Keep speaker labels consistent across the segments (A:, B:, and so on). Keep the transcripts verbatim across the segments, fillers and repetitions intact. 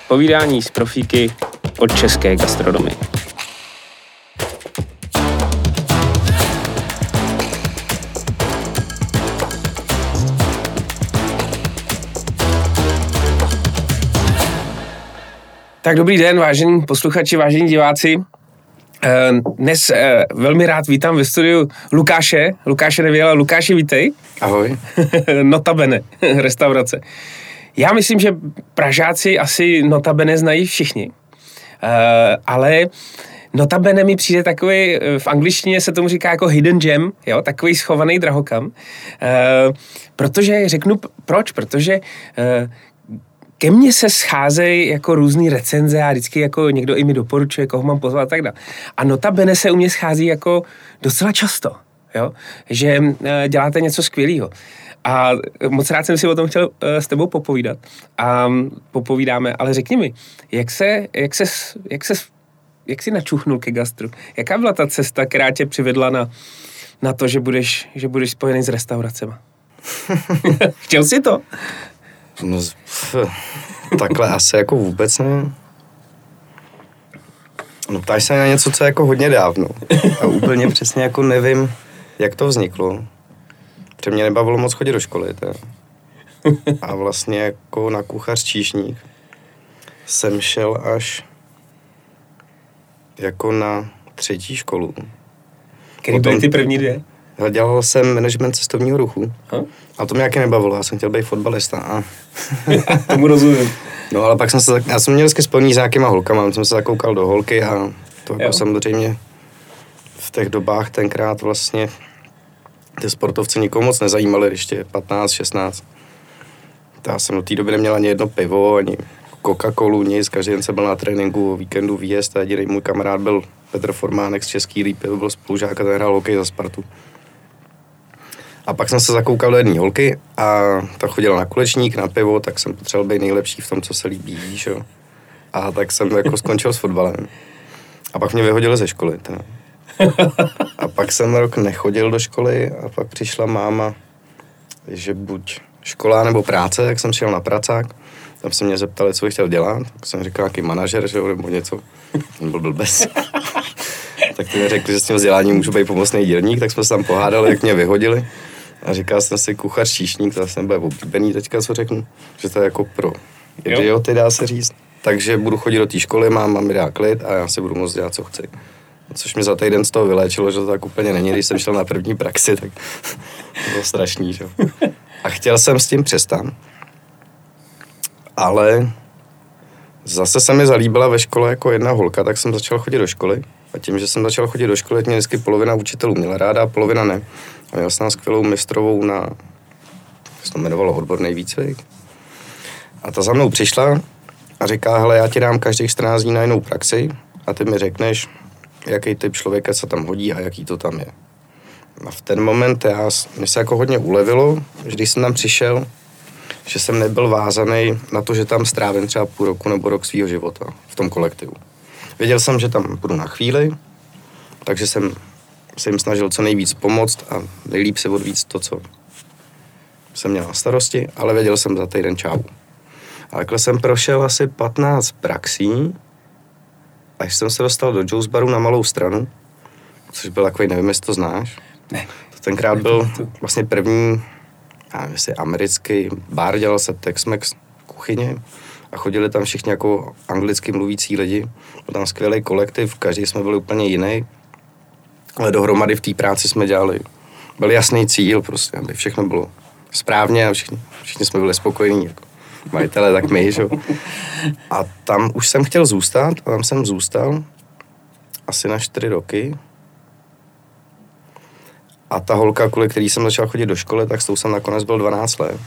A: Povídání z profíky od české gastronomie. Tak dobrý den, vážení posluchači, vážení diváci. Dnes velmi rád vítám ve studiu Lukáše, Lukáše Nevěla. Lukáši, vítej.
B: Ahoj.
A: Notabene, restaurace. Já myslím, že Pražáci asi notabene znají všichni, ale notabene mi přijde takový, v angličtině se tomu říká jako hidden gem, jo, takový schovaný drahokam, protože, řeknu proč, protože ke mně se scházejí jako různý recenze a vždycky jako někdo i mi doporučuje, koho mám pozvat a tak dále. A notabene se u mě schází jako docela často, jo? Že děláte něco skvělého. A moc rád jsem si o tom chtěl s tebou popovídat. A popovídáme, ale řekni mi, jak se, jak se, jak se, jak jsi načuchnul ke gastru? Jaká byla ta cesta, která tě přivedla na, na to, že budeš, že budeš spojený s restauracema? Chtěl jsi to?
B: No, takhle asi jako vůbec ne. No ptáš se na něco, co je jako hodně dávno. A úplně přesně jako nevím, jak to vzniklo. Protože mě nebavilo moc chodit do školy. Teda. A vlastně jako na kuchař číšník jsem šel až jako na třetí školu.
A: Který byly ty první dvě?
B: Dělal jsem management cestovního ruchu.
A: Ha?
B: A to mě jaké nebavilo, já jsem chtěl být fotbalista. A...
A: Tomu rozumím.
B: No ale pak jsem se, já jsem měl vždycky spojený s nějakýma holkama, jsem se zakoukal do holky a to jako samozřejmě v těch dobách tenkrát vlastně ty sportovci nikomu moc nezajímali, když tě patnáct, šestnáct. Já jsem do té doby neměl ani jedno pivo, ani Coca-Colu, nic, každý den jsem byl na tréninku, o víkendu výjezd a jediný můj kamarád byl Petr Formánek z Český Lípy, byl spolužák a ten hrál hokej za Spartu. A pak jsem se zakoukal do jedné holky a ta chodila na kulečník, na pivo, tak jsem potřeboval být nejlepší v tom, co se líbí, víš jo. A tak jsem jako skončil s fotbalem. A pak mě vyhodili ze školy. Teda. A pak jsem rok nechodil do školy a pak přišla máma, že buď škola nebo práce, tak jsem šel na pracák. Tam se mě zeptali, co bych chtěl dělat, tak jsem říkal nějaký manažer, že jo, nebo něco. On byl blbec. Tak ty mi řekli, že s tím vzděláním můžu být pomocný dělník, tak jsme se tam pohádali, jak mě vyhodili. A říkal jsem si kuchař číšník, to jsem bude oblíbený teďka, co řeknu, že to je jako pro idioty, dá se říct. Takže budu chodit do té školy, máma mi dá klid a já si budu moct dělat, co chci. Což mi za týden z toho vyléčilo, že to tak úplně není, když jsem šel na první praxi, tak to bylo strašný, že? A chtěl jsem s tím přestat, ale zase se mi zalíbila ve škole jako jedna holka, tak jsem začal chodit do školy. A tím, že jsem začal chodit do školy, mě vždycky polovina učitelů měla ráda a polovina ne. A měl jsem skvělou mistrovou na, jak se to jmenovalo, odborný výcvik. A ta za mnou přišla a říká, hele, já ti dám každých čtrnáct dní na jinou praxi a ty mi řekneš, jaký typ člověka se tam hodí a jaký to tam je. A v ten moment já, mě se jako hodně ulevilo, že když jsem tam přišel, že jsem nebyl vázaný na to, že tam strávím třeba půl roku nebo rok svýho života v tom kolektivu. Věděl jsem, že tam budu na chvíli, takže jsem se jim snažil co nejvíc pomoct a nejlíp se odvíct to, co jsem měl na starosti, ale věděl jsem za týden čávu. A takhle jsem prošel asi patnáct praxí, až jsem se dostal do Joe's Baru na Malou Stranu, což byl takový, nevím, jestli to znáš.
A: Ne.
B: To tenkrát byl vlastně první, já nevím, jestli americký bar, dělal se Tex-Mex kuchyně. A chodili tam všichni jako anglicky mluvící lidi. Byl tam skvělý kolektiv, každý jsme byli úplně jiný. Ale dohromady v té práci jsme dělali. Byl jasný cíl prostě, aby všechno bylo správně a všichni, všichni jsme byli spokojení. Jako majitele, tak my, že? A tam už jsem chtěl zůstat a tam jsem zůstal asi na čtyři roky. A ta holka, kvůli který jsem začal chodit do školy, tak s tou jsem nakonec byl dvanáct let.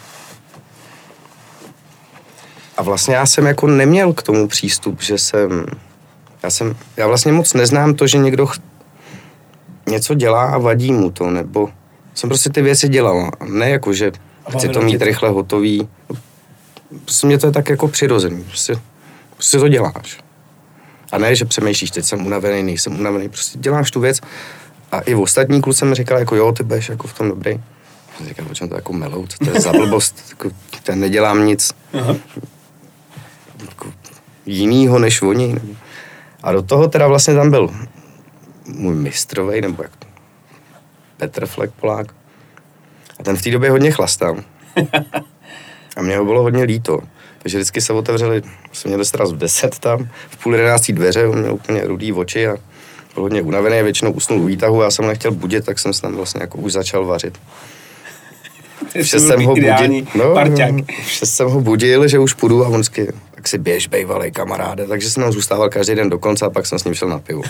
B: A vlastně já jsem jako neměl k tomu přístup, že jsem, já jsem, já vlastně moc neznám to, že někdo ch- něco dělá a vadí mu to, nebo jsem prostě ty věci dělal, ne jako, že chci to mít rychle hotový, prostě mě to je tak jako přirozený, prostě, prostě to děláš. A ne, že přemýšlíš, teď jsem unavený, nejsem unavený, prostě děláš tu věc a i v ostatní kluci mi říkal, jako jo, ty budeš jako v tom dobrý. jsem říkal, počem to jako melou, co to je za blbost, jako, já nedělám nic. Jako, jinýho než oni. A do toho teda vlastně tam byl můj mistrovej, nebo jak to, Petr Flek, Polák. A ten v té době hodně chlastal. A mě ho bylo hodně líto. Takže vždycky se otevřeli, jsem měl dostal v deset tam, v půl jedenáctí dveře, on měl úplně rudý oči a byl hodně unavený, většinou usnul u výtahu, já jsem nechtěl budit, tak jsem se tam vlastně jako už začal vařit. V šest jsem ho budil, no, v šest jsem ho budil, že už půjdu a on vždycky, tak si běž, bejvalej kamaráde, takže jsem tam zůstával každý den do konce a pak jsem s ním šel na pivo.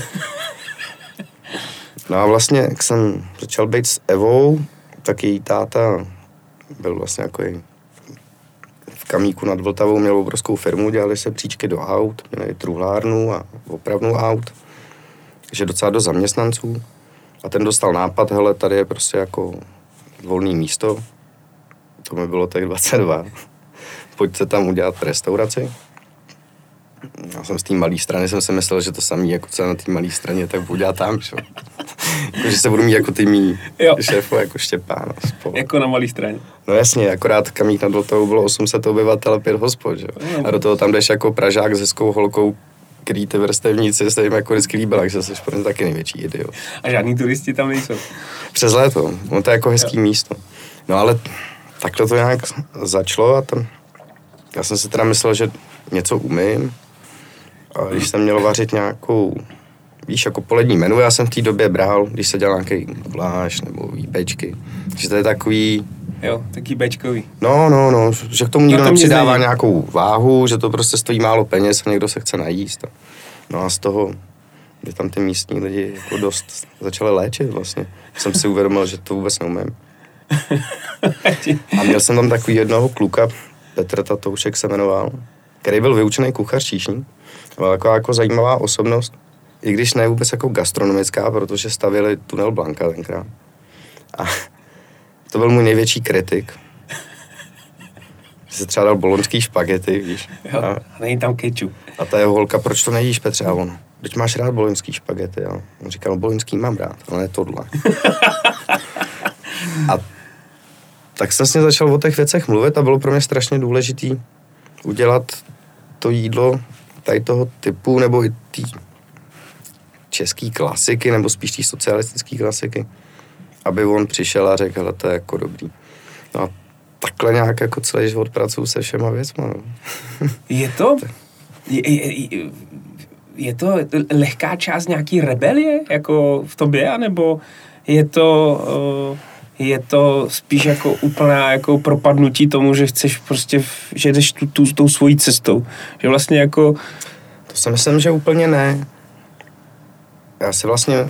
B: No a vlastně, jak jsem začal být s Evou, tak její táta byl vlastně jako v Kamíku nad Vltavou, měl obrovskou firmu, dělali se příčky do aut, měli truhlárnu a opravnu aut, takže docela do zaměstnanců. A ten dostal nápad, hele, tady je prostě jako volný místo, to mi bylo tak dvacet dva, pojďte tam udělat restauraci. Já jsem z té malé strany jsem si myslel, že to samý, jako co na té malé straně, tak budu dělat tam, že? Jako, že se budu mít jako ty mý šéfo, jako Štěpán a spolu.
A: Jako na malé straně.
B: No jasně, akorát Kamík nad Vltavou bylo osm set obyvatel a pět hospod, že? No. A do toho tam jdeš jako Pražák s hezkou holkou, který ty vrstevníci se jim jako vždycky líbila, takže jsi pro ně taky největší idiot.
A: A žádný turisti tam nejsou.
B: Přes léto, no to je jako hezký jo. místo. No ale takhle to nějak začalo a tam, já jsem si teda myslel, že něco umím. A když jsem měl vařit nějakou, víš, jako polední menu, já jsem v té době bral, když se dělal nějaký guláš nebo výpečky, že to je takový...
A: Jo, taky béčkový.
B: No, no, no, že k tomu nikdo nepřidává nějakou váhu, že to prostě stojí málo peněz a někdo se chce najíst. No a z toho, že tam ty místní lidi jako dost začali léčit vlastně, jsem si uvědomil, že to vůbec neumím. A měl jsem tam takový jednoho kluka, Petr Tatoušek se jmenoval, který byl vyučený kuchař číšník. Byla taková jako zajímavá osobnost, i když ne vůbec jako gastronomická, protože stavěli tunel Blanka tenkrát. A to byl můj největší kritik. Že se třeba dal boloňský špagety, víš.
A: Jo, a není tam kečup.
B: A ta jeho holka, proč to nejíš, Petře? A on, teď máš rád boloňský špagety, jo. On říkal, boloňský mám rád, ale ne tohle. A tak jsem s ním začal o těch věcech mluvit a bylo pro mě strašně důležitý udělat to jídlo tady toho typu, nebo i té české klasiky, nebo spíš té socialistické klasiky, aby on přišel a řekl, hele, to je jako dobrý. No a takhle nějak jako celý život pracuju se všema věcma. No.
A: Je to... Je, je, je to lehká část nějaký rebelie, jako v tobě, anebo je to... Uh... je to spíš jako úplná jako propadnutí tomu, že chceš prostě, že jdeš tu, tu, tou svojí cestou. Že vlastně jako...
B: To si myslím, že úplně ne. Já si vlastně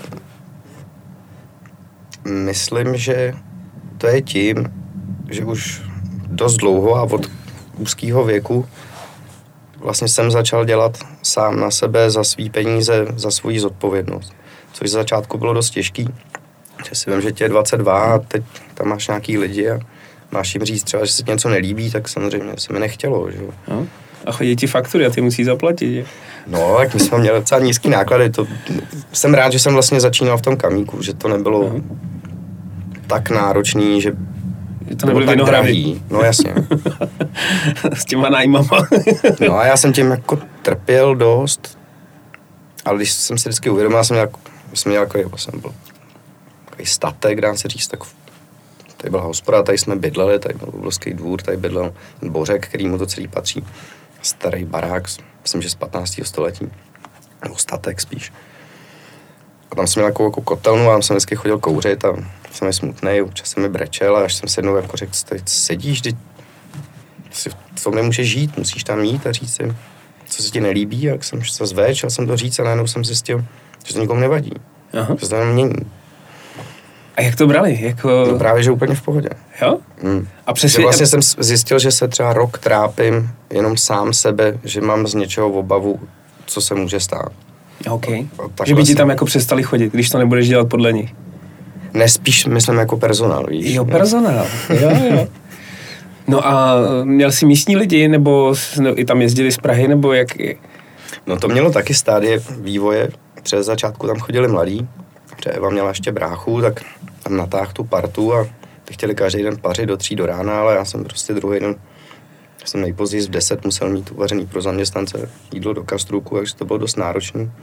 B: myslím, že to je tím, že už dost dlouho a od úzkého věku vlastně jsem začal dělat sám na sebe za svý peníze, za svoji zodpovědnost. Což z začátku bylo dost těžký. Že si vím, že tě je dvacet dva a teď tam máš nějaký lidi a máš jim říct třeba, že se ti něco nelíbí, tak samozřejmě se mi nechtělo, že jo.
A: No. A chodí ti faktury a ty musí zaplatit, že?
B: No, tak my jsme měli docela nízký náklady, to jsem rád, že jsem vlastně začínal v tom Kamíku, že to nebylo uh-huh. tak náročný, že
A: to nebyly tak drahý.
B: No jasně.
A: S těma nájmama.
B: No a já jsem tím jako trpěl dost, ale když jsem si vždycky uvědomil, já jsem měl, jsem měl jako, jako jsem byl takový statek, dá se říct, tak tady byla hospoda, tady jsme bydleli, tady byl obrovský dvůr, tady bydlel ten Bořek, který mu to celý patří. Starý barák, myslím, že z patnáctého století, nebo statek spíš. A tam jsem měl jako, jako kotelnu a tam jsem vždycky chodil kouřit a jsem je smutnej, občas jsem mi brečel a až jsem se jednou jako řekl, teď sedíš, teď si v tom nemůžeš žít, musíš tam jít a říct si, co se ti nelíbí, jak jsem se zvedl, šel jsem to říct a najednou jsem zjistil, že to nikomu nevadí, Aha. že se to jenom mění.
A: A jak to brali? Jako...
B: No právě, že úplně v pohodě.
A: Jo?
B: Mm.
A: A přesně...
B: Vlastně jsem zjistil, že se třeba rok trápím jenom sám sebe, že mám z něčeho obavu, co se může stát.
A: OK. Že by ti tam jako přestali chodit, když to nebudeš dělat podle nich.
B: Ne, spíš myslím jako personál, víš.
A: Jo, personál. jo, jo. No a měl jsi místní lidi, nebo no, i tam jezdili z Prahy, nebo jak?
B: No to mělo taky stádie vývoje. Přes začátku tam chodili mladí. Protože Eva měla ještě bráchu, tak tam natáhl tu partu a ty chtěli každý den pařit do tří do rána, ale já jsem prostě druhý den jsem nejpozději v deset musel mít uvařený pro zaměstnance jídlo do kastrůku, takže to bylo dost náročný.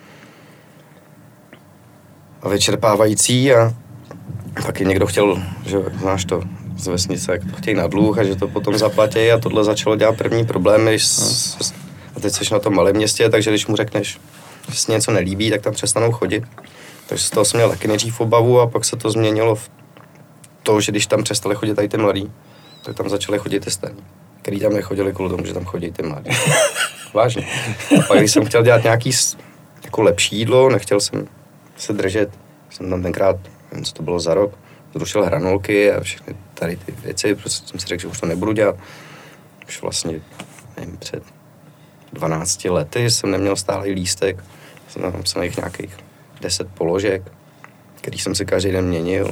B: A vyčerpávající a taky někdo chtěl, že znáš to z vesnice, jak to chtějí na dluh a že to potom zaplatí a tohle začalo dělat první problémy s, a teď jsi na tom malém městě, takže když mu řekneš, že se něco nelíbí, tak tam přestanou chodit. Takže z toho jsem měl taky nejdřív obavu a pak se to změnilo v to, že když tam přestali chodit tady ty mladí, tak tam začaly chodit ty starý, který tam nechodili kvůli tomu, že tam chodí ty mladí. Vážně. A pak když jsem chtěl dělat nějaký jako lepší jídlo, nechtěl jsem se držet, jsem tam tenkrát, nevím, co to bylo za rok, zrušil hranolky a všechny tady ty věci, protože jsem si řekl, že už to nebudu dělat. Už vlastně, nevím, před dvanácti lety jsem neměl stálý lístek, jsem tam napsal nějakých deset položek, který jsem si každý den měnil.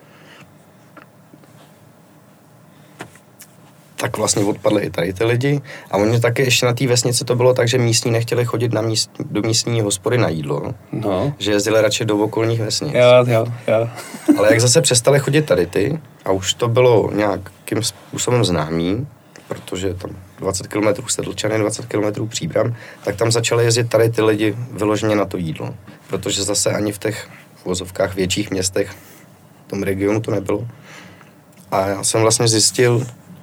B: Tak vlastně odpadly i tady ty lidi. A oni taky ještě na té vesnici to bylo tak, že místní nechtěli chodit na míst, do místní hospody na jídlo. No. Že jezdili radši do okolních vesnic.
A: Jo, jo, jo.
B: Ale jak zase přestali chodit tady ty, a už to bylo nějakým způsobem známý, protože tam dvacet kilometrů Sedlčany, dvacet kilometrů Příbram, tak tam začaly jezdit tady ty lidi vyloženě na to jídlo. Protože zase ani v těch vozovkách větších městech v tom regionu to nebylo. A já jsem vlastně zjistil,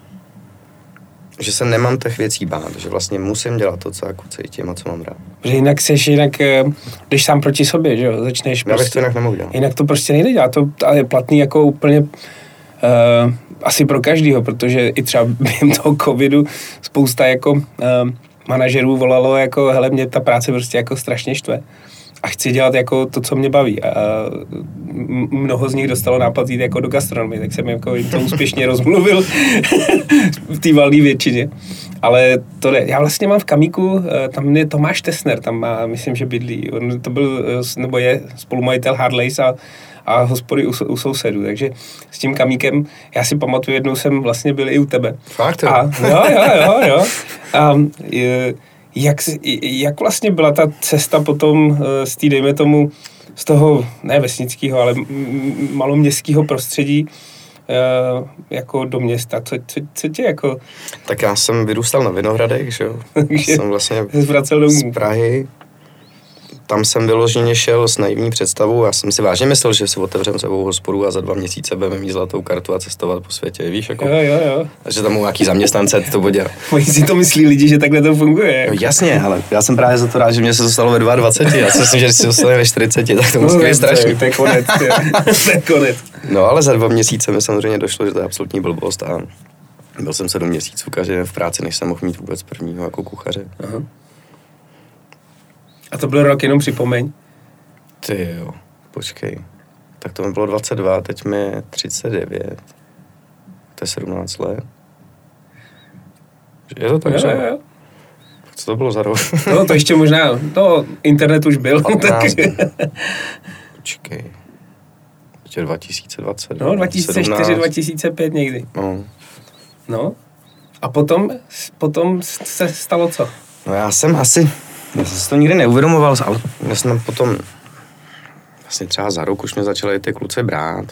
B: že se nemám těch věcí bát, že vlastně musím dělat to, co jako cítím a co mám rád.
A: Protože jinak seš, jinak jdeš sám proti sobě, že jo, začneš
B: prostě... Já bych to jinak nemohl dělat.
A: Jinak to prostě nejde dělat, to je platný jako úplně uh, asi pro každýho, protože i třeba během toho covidu spousta jako uh, manažerů volalo jako, hele, mě ta práce prostě jako strašně štve. A chci dělat jako to, co mě baví. A mnoho z nich dostalo nápad jít jako do gastronomie, tak jsem jako jim to úspěšně rozmluvil v té valné většině. Ale to ne. Já vlastně mám v Kamíku, tam je Tomáš Tesner, tam má, myslím, že bydlí. On to byl, nebo je spolumajitel Harleys a, a hospody u, u sousedů. Takže s tím Kamíkem, já si pamatuju, jednou jsem vlastně byl i u tebe.
B: Fakt?
A: A, jo, jo, jo, jo. A, je, Jak, jak vlastně byla ta cesta potom z té, dejme tomu, z toho, ne vesnického, ale maloměstského prostředí jako do města? Co, co, co tě jako...
B: Tak já jsem vyrůstal na Vinohradech, že jo? Jsem vlastně z Prahy. Tam jsem vyloženě šel s naivní představou. Já jsem si vážně myslel, že si otevřem sebou hospodu a za dva měsíce budeme mít zlatou kartu a cestovat po světě, víš? Jako,
A: jo, jo, jo.
B: Že tam nějaký zaměstnance to bude dělat.
A: Oni si to myslí lidi, že takhle to funguje.
B: No jasně, ale já jsem právě za to rád, že mě se to stalo ve dvaceti dva. Já si myslím, že když se dostane ve čtyřiceti, tak to musí být strašný.
A: To je konec, to je konec.
B: No ale za dva měsíce mi samozřejmě došlo, že to je absolutní blbost a byl jsem sedm měsíců každý den v práci, než jsem mohl mít vůbec prvního jako kuchaře. Aha.
A: A to byl rok, jenom připomeň.
B: Ty jo, počkej. Tak to mi bylo dvacet dva, teď mi je třicet devět. To je sedmnáct let. Je to tak,
A: jo,
B: že?
A: Jo, jo.
B: Co to bylo za rok?
A: No to ještě možná, no internet už byl.
B: patnáct, počkej. Teď je dva tisíce dvacet.
A: No dva tisíce čtyři, dva tisíce pět někdy.
B: No.
A: No. A potom, potom se stalo co?
B: No já jsem asi... Já jsem si to nikdy neuvědomoval, ale já jsem potom, vlastně třeba za rok už mě začaly ty kluci brát.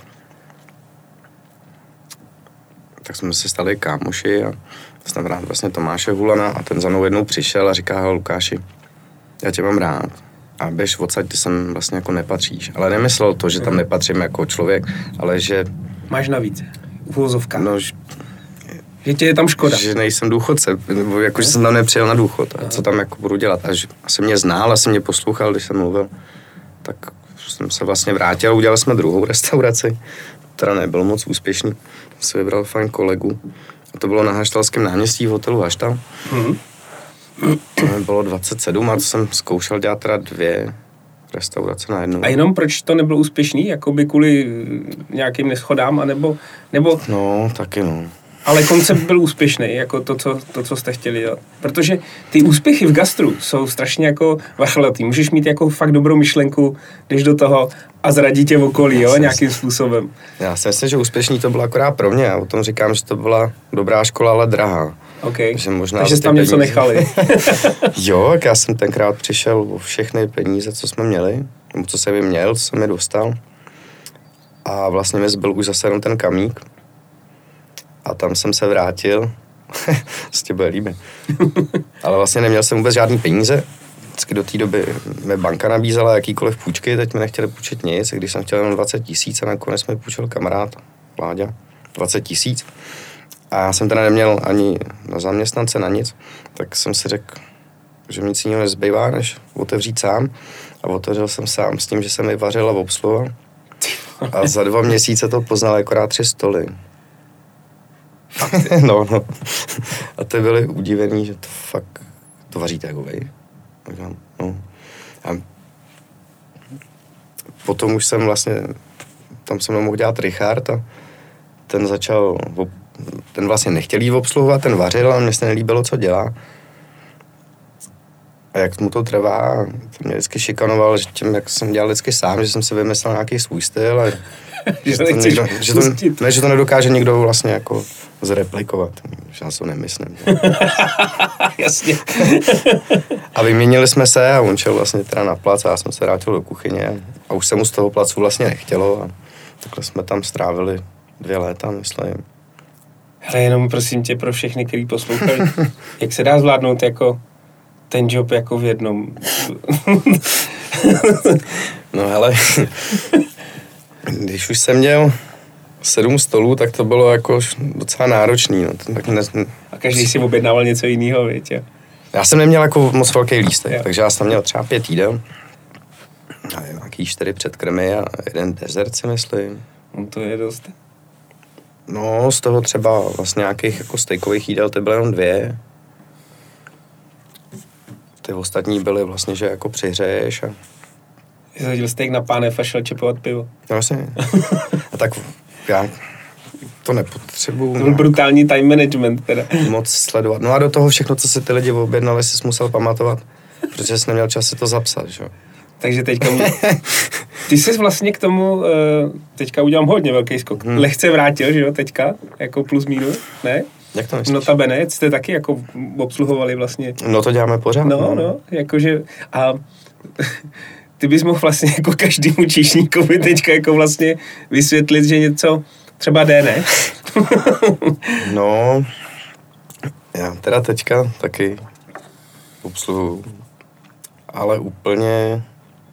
B: Tak jsme se stali kámoši a jsem rád vlastně Tomáše Hulana a ten za mnou jednou přišel a říká, Lukáši, já tě mám rád a běž odsaď, ty sem vlastně jako nepatříš. Ale nemyslel to, že tam nepatřím jako člověk, ale že...
A: Máš navíc, uvozovka.
B: No,
A: že tě je tam škoda.
B: Že nejsem důchodce, nebo jako, že jsem tam nepřijel na důchod a co tam jako budu dělat. A že asi mě znal, asi mě poslouchal, když jsem mluvil, tak jsem se vlastně vrátil a udělali jsme druhou restauraci, která nebyl moc úspěšný. Jsem si vybral fajn kolegu a to bylo na Haštalském náměstí v hotelu Haštal. Mm-hmm. To mi bylo dvacet sedm a to jsem zkoušel dělat teda dvě restaurace na jednu.
A: A jenom proč to nebylo úspěšný? Jakoby kvůli nějakým neschodám, anebo... Nebo...
B: No, taky no.
A: Ale koncept byl úspěšný, jako to co, to, co jste chtěli dělat. Protože ty úspěchy v gastru jsou strašně jako vrcholatý. Můžeš mít jako fakt dobrou myšlenku, jdeš do toho a zradí tě v okolí, jo, nějakým způsobem.
B: Já si myslím, že úspěšný to bylo akorát pro mě. Já o tom říkám, že to byla dobrá škola, ale drahá.
A: Okay.
B: Že možná
A: takže jsi tam něco
B: peníze...
A: nechali.
B: Jo, jak já jsem tenkrát přišel o všechny peníze, co jsme měli, nebo co jsem jim měl, co jsem je dostal. A vlastně mi zbyl už zase jenom ten Kamík. A tam jsem se vrátil se tě bude líbit. Ale vlastně neměl jsem vůbec žádný peníze. Vždycky do té doby mi banka nabízela jakýkoliv půjčky, teď mi nechtěli půjčit nic, když jsem chtěl jenom dvacet tisíc a nakonec mi půjčil kamarád, Vláďa, dvacet tisíc. A já jsem teda neměl ani na zaměstnance, na nic, tak jsem si řekl, že mi nic jiného nezbývá, než otevřít sám. A otevřel jsem sám s tím, že jsem vyvařil a obsluhoval. A za dva měsíce to poznal akorát tři stoly. no, no. A ty byli udivený, že to fakt, to vaříte jako vy. No. A potom už jsem vlastně, tam jsem mohl dělat Richard a ten začal, ten vlastně nechtěl jít obsluhovat, ten vařil, ale mně se nelíbilo, co dělá. A jak mu to trvá, to mě vždycky šikanoval, že tím, jak jsem dělal vždycky sám, že jsem si vymyslel nějaký svůj styl a že, to někdo, že, to, ne, že to nedokáže někdo vlastně jako zreplikovat. Že já to nemyslím.
A: Jasně.
B: A vyměnili jsme se a on šel vlastně teda na plac a já jsem se vrátil do kuchyně a už se mu z toho placu vlastně nechtělo a takhle jsme tam strávili dvě léta, myslím.
A: Hele, jenom prosím tě pro všechny, kteří poslouchají, jak se dá zvládnout jako ten job jako v jednom?
B: No hele, když už jsem měl sedm stolů, tak to bylo jako docela náročný. No. Tak ne...
A: A každý si objednával něco jiného, víte?
B: Já jsem neměl jako moc velký lístek, jo. Takže já jsem měl třeba pět jídel. A nějaký čtyři předkrmy a jeden dezert, si myslím.
A: No to je dost.
B: No, z toho třeba vlastně nějakých jako stejkových jídel, ty byly jenom dvě. Ty ostatní byly vlastně, že jako přihřeješ a...
A: Jsi hodil steak na pánev a šel čepovat pivo.
B: No vlastně. A tak já to nepotřebuju.
A: To byl brutální time management teda.
B: Moc sledovat. No a do toho všechno, co si ty lidi objednali, jsi musel pamatovat, protože jsi neměl čas si to zapsat, že jo.
A: Takže teďka... Ty jsi vlastně k tomu, teďka udělám hodně velký skok, hmm. lehce vrátil, že jo, teďka, jako plus minus, ne?
B: Jak to myslíš?
A: Notabene, jste taky jako obsluhovali vlastně.
B: No to děláme pořád.
A: No, no, no jakože... A ty bys mohl vlastně jako každému číšníkovi teďka jako vlastně vysvětlit, že něco třeba jde, ne?
B: No, já teda teďka taky obsluhuju, ale úplně...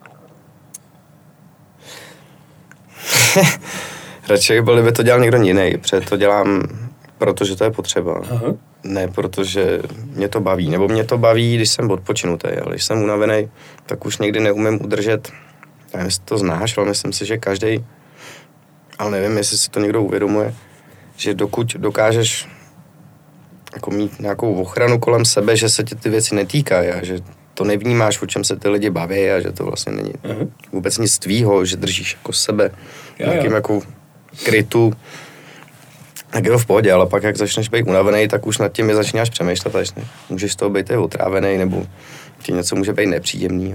B: Radši byli by to dělal někdo jiný, protože to dělám, protože to je potřeba. Aha. Ne, protože mě to baví. Nebo mě to baví, když jsem odpočinutý, ale když jsem unavený, tak už někdy neumím udržet. Já nevím, jestli to znáš, ale myslím si, že každý, ale nevím, jestli si to někdo uvědomuje, že dokud dokážeš jako mít nějakou ochranu kolem sebe, že se tě ty věci netýkají a že to nevnímáš, o čem se ty lidi baví a že to vlastně není uh-huh. vůbec nic tvýho, že držíš jako sebe nějakým jako krytu, tak je to v pohodě, ale pak jak začneš být unavený, tak už nad tím je začínáš přemýšlet, až ne, můžeš z toho být i otrávený, nebo ti něco může být nepříjemný.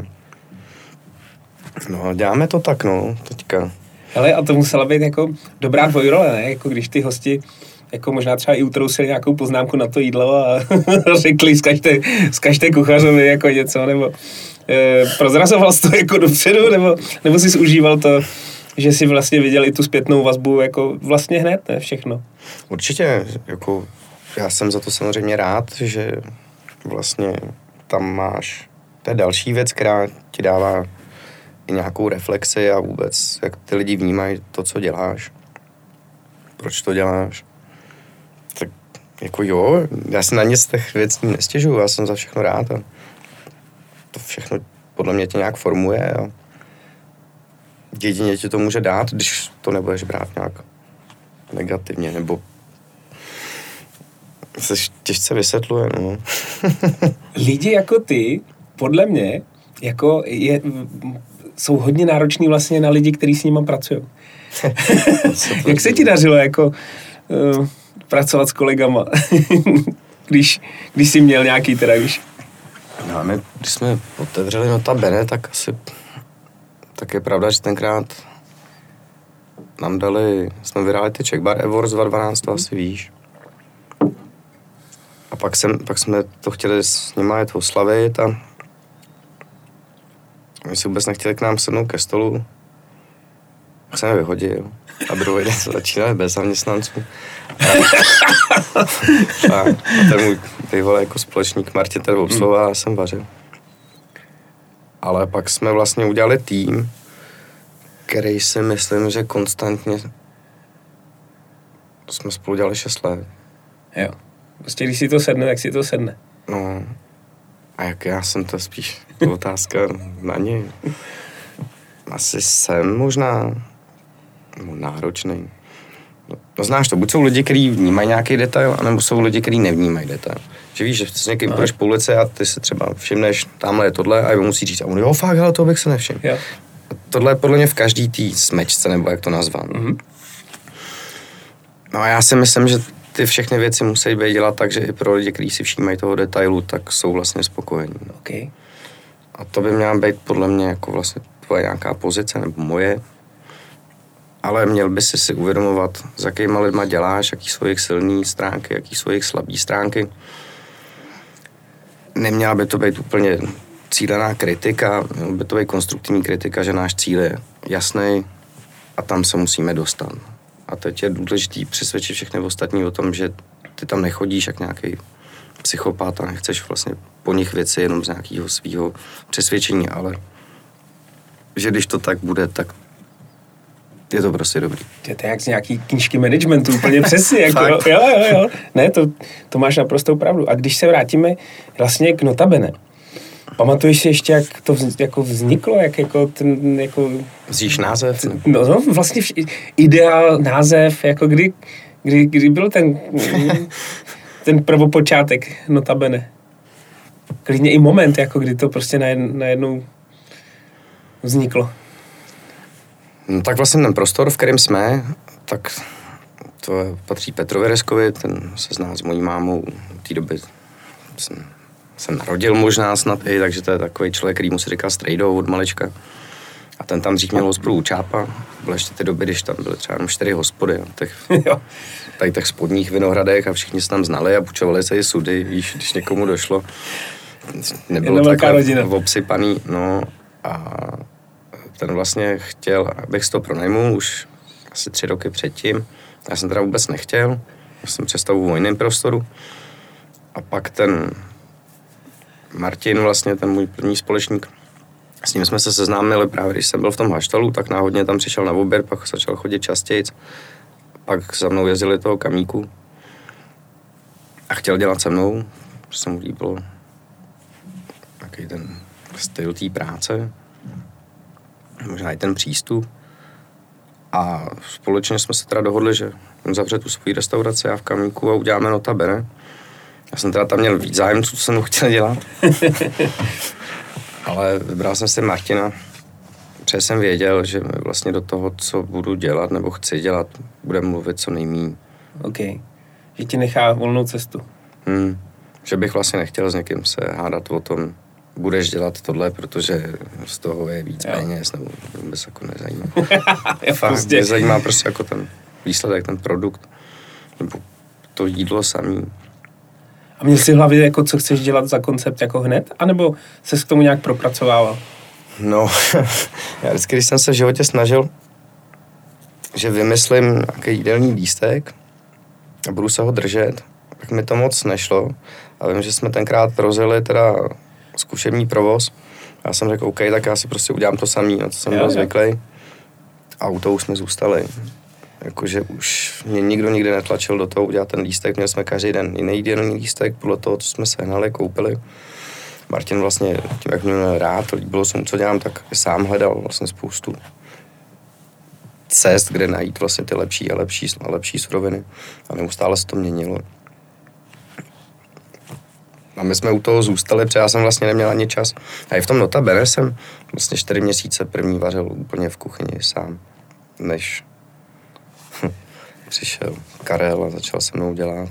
B: No, děláme to tak, no, teďka.
A: Hele, a to musela být jako dobrá dvojrole, ne? Jako když ty hosti jako možná třeba i utrousili nějakou poznámku na to jídlo a řekli, zkažte, zkažte kuchařovi jako něco, nebo e, prozrazoval jsi to jako dopředu, nebo, nebo jsi užíval to, že jsi vlastně viděl i tu zpětnou vazbu jako vlastně hned, ne? Všechno.
B: Určitě, jako já jsem za to samozřejmě rád, že vlastně tam máš, to je další věc, která ti dává i nějakou reflexi a vůbec, jak ty lidi vnímají to, co děláš. Proč to děláš? Tak jako jo, já se na nic z těch věcí nestěžuju, já jsem za všechno rád a to všechno podle mě tě nějak formuje a jedině ti to může dát, když to nebudeš brát nějak negativně, nebo se těžce vysvětluje, no. Lidi
A: jako ty, podle mě, jako je, jsou hodně nároční vlastně na lidi, kteří s nima pracují. Jak se ti dařilo jako uh, pracovat s kolegama, když, když jsi měl nějaký teda, když...
B: No, my, když jsme otevřeli Notabene, tak asi tak je pravda, že tenkrát nám dali, jsme vyhráli ty Czech Bar Awards dva tisíce dvanáct, to asi víš. A pak, jsem, pak jsme to chtěli s nima jet oslavit a my si vůbec nechtěli k nám sednout ke stolu. Tak jsem je vyhodil. a druhý den začínali bez zaměstnanců. A, a ten můj bývalý jako společník Martin ten obsluhoval a já jsem vařil. Ale pak jsme vlastně udělali tým, který si myslím, že konstantně jsme spolu dělali šest let.
A: Jo. Prostě když si to sedne, tak si to sedne.
B: No. A jak já jsem to spíš otázka na něj. Asi jsem možná no, náročný. No znáš to, buď jsou lidi, kteří vnímají nějaký detail, anebo jsou lidi, kteří nevnímají detail. Že víš, že s někým půjdeš po ulici a ty si třeba všimneš, tamhle je tohle a on musí říct, a on jo fakt, hele, to bych se nevšiml.
A: Jo.
B: Tohle je podle mě v každý tý smečce, nebo jak to nazvat. Mm-hmm. No a já si myslím, že ty všechny věci musí být dělat tak, že i pro lidi, kteří si všímají toho detailu, tak jsou vlastně spokojení.
A: Okay.
B: A to by měla být podle mě jako vlastně tvoje nějaká pozice, nebo moje. Ale měl by si si uvědomovat, s jakýma lidma děláš, jaký jsou jejich silné stránky, jaký jsou jejich slabé stránky. Neměla by to být úplně cílená kritika, měla by to být konstruktivní kritika, že náš cíl je jasný a tam se musíme dostat. A teď je důležitý přesvědčit všechny ostatní o tom, že ty tam nechodíš jak nějaký psychopat a nechceš vlastně po nich věci jenom z nějakého svého přesvědčení, ale že když to tak bude, tak je to prostě dobrý.
A: Je to jak z nějaký knížky managementu, úplně přesně. Jako, jo, jo, jo. Ne, to, to máš naprostou pravdu. A když se vrátíme vlastně k Notabene, pamatuješ si ještě, jak to vz, jako vzniklo? Jak jako ten, jako...
B: Zjíš název?
A: T, no, no, vlastně vš, ideál, název, jako kdy, kdy, kdy byl ten, ten prvopočátek Notabene? Klidně i moment, jako kdy to prostě najednou vzniklo.
B: No tak vlastně ten prostor, v kterém jsme, tak to patří Petrovi Reskovi, ten se zná s mojí mámou, v té době jsem, jsem narodil možná snad i, takže to je takový člověk, který mu se říká strejdou od malička. A ten tam dřív měl hospodu u Čápa, byly ještě ty doby, když tam byly třeba jenom čtyři hospody, těch, tady těch spodních Vinohradech a všichni se tam znali a půjčovali se i sudy, víš, když někomu došlo. Nebylo takhle obsypaný, no a ten vlastně chtěl, abych to pronajmul už asi tři roky předtím. Já jsem teda vůbec nechtěl, já jsem představu o jiném prostoru. A pak ten Martin, vlastně ten můj první společník, s ním jsme se seznámili právě, když jsem byl v tom haštalu, tak náhodně tam přišel na oběd, pak začal chodit častěji. Pak za mnou jezdili toho Kamíku a chtěl dělat se mnou, protože se mu líbilo takový ten styl té práce, možná i ten přístup. A společně jsme se teda dohodli, že on zavře tu svoji restauraci, já v Kamíku a uděláme Notabene. Já jsem teda tam měl víc zájemců, co jsem chtěl dělat. Ale vybral jsem si Martina, protože jsem věděl, že vlastně do toho, co budu dělat nebo chci dělat, bude mluvit co nejméně.
A: OK. Že ti nechá volnou cestu.
B: Hmm. Že bych vlastně nechtěl s někým se hádat o tom, budeš dělat tohle, protože z toho je víc jo. peněz, nebo vůbec jako nezajímá. Fakt, prostě. Mě zajímá prostě jako ten výsledek, ten produkt, nebo to jídlo samý.
A: A měl jsi v hlavě, jako, co chceš dělat za koncept jako hned? A nebo ses k tomu nějak propracovával?
B: No, já vždycky, když jsem se v životě snažil, že vymyslím nějaký jídelní lístek a budu se ho držet, tak mi to moc nešlo. A vím, že jsme tenkrát rozjeli teda zkušební provoz. Já jsem řekl, OK, tak já si prostě udělám to samý, na co jsem jo, byl zvyklý. A u toho už jsme zůstali. Jakože už mě nikdo nikdy netlačil do toho udělat ten lístek. Měli jsme každý den jiný jídelní lístek, podle toho, co jsme sehnali, koupili. Martin vlastně, tím jak mě měl rád, líbilo se mu, co dělám, tak sám hledal vlastně spoustu cest, kde najít vlastně ty lepší a lepší a lepší suroviny. A neustále se to měnilo. A my jsme u toho zůstali, protože já jsem vlastně neměl ani čas. A i v tom Notabene jsem vlastně čtyři měsíce první vařil úplně v kuchyni sám, než přišel Karel a začal se mnou dělat.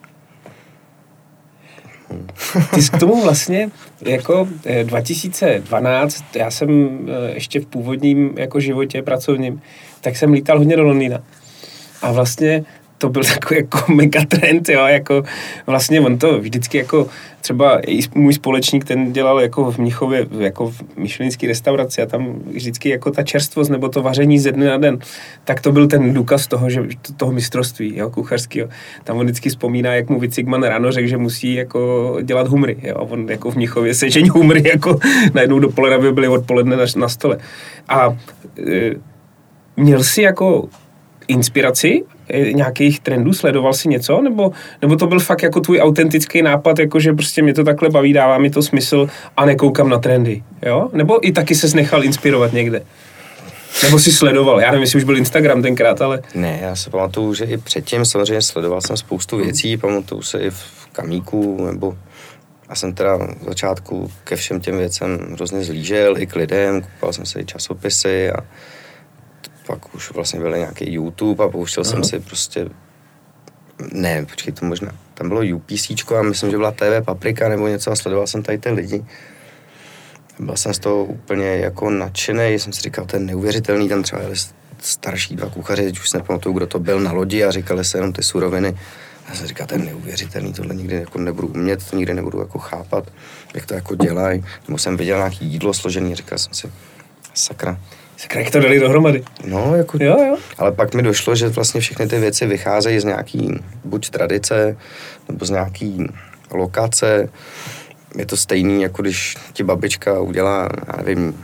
A: Ty jsi k tomu vlastně jako dva tisíce dvanáct, já jsem ještě v původním jako životě pracovním, tak jsem lítal hodně do Londýna. A vlastně to byl takový jako megatrend, jo, jako vlastně on to vždycky jako třeba i můj společník, ten dělal jako v Mnichově, jako v michelinské restauraci a tam vždycky jako ta čerstvost nebo to vaření ze dne na den, tak to byl ten důkaz toho, že toho mistrovství, jo, kuchařského. Tam on vždycky vzpomíná, jak mu Witzigmann ráno řekl, že musí jako dělat humry, jo, a on jako v Mnichově sežení humry, jako najednou dopoledne by byly odpoledne na, na stole. A e, měl jsi jako inspiraci nějakých trendů, sledoval si něco, nebo, nebo to byl fakt jako tvůj autentický nápad, jako že prostě mě to takhle baví, dává mi to smysl a nekoukám na trendy, jo? Nebo i taky ses nechal inspirovat někde? Nebo si sledoval? Já nevím, jestli už byl Instagram tenkrát, ale...
B: Ne, já se pamatuju, že i předtím samozřejmě sledoval jsem spoustu věcí, pamatuju se i v Kamíku, nebo já jsem teda v začátku ke všem těm věcem hrozně zlížel, i k lidem, kupoval jsem si i časopisy a pak už vlastně byl nějaký YouTube a pouštěl Aha. jsem si prostě, ne, počkej, to možná, tam bylo UPCčko a myslím, že byla T V Paprika nebo něco a sledoval jsem tady ty lidi. Byl jsem z toho úplně jako nadšenej, jsem si říkal, ten neuvěřitelný, tam třeba jeli starší dva kuchaři, teď už si nepamatuju, kdo to byl na lodi a říkali se jenom ty suroviny. Já jsem říkal, ten neuvěřitelný, tohle nikdy jako nebudu umět, to nikdy nebudu jako chápat, jak to jako dělají. Nebo jsem viděl nějaký jídlo složený, říkal jsem si, sakra.
A: Sakra, jak to dali dohromady.
B: No, jako,
A: jo, jo.
B: Ale pak mi došlo, že vlastně všechny ty věci vycházejí z nějaký buď tradice, nebo z nějaký lokace. Je to stejný, jako když ti babička udělá, já nevím,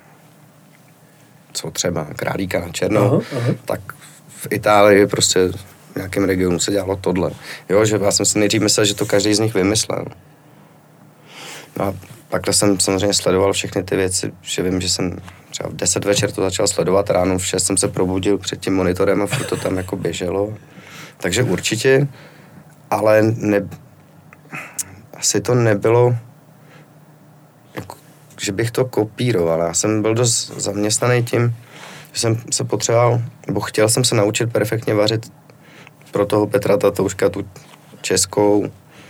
B: co třeba, králíka na černo, aha, aha. tak v Itálii prostě v nějakém regionu se dělalo tohle. Jo, že já jsem si nejdřív myslel, že to každý z nich vymyslel. No a takhle jsem samozřejmě sledoval všechny ty věci, že vím, že jsem třeba v deset večer to začal sledovat, ráno v šest jsem se probudil před tím monitorem a furt to tam jako běželo. Takže určitě, ale ne, asi to nebylo, jako, že bych to kopíroval. Já jsem byl dost zaměstnaný tím, že jsem se potřeboval, nebo chtěl jsem se naučit perfektně vařit pro toho Petra Tatouška, tu českou.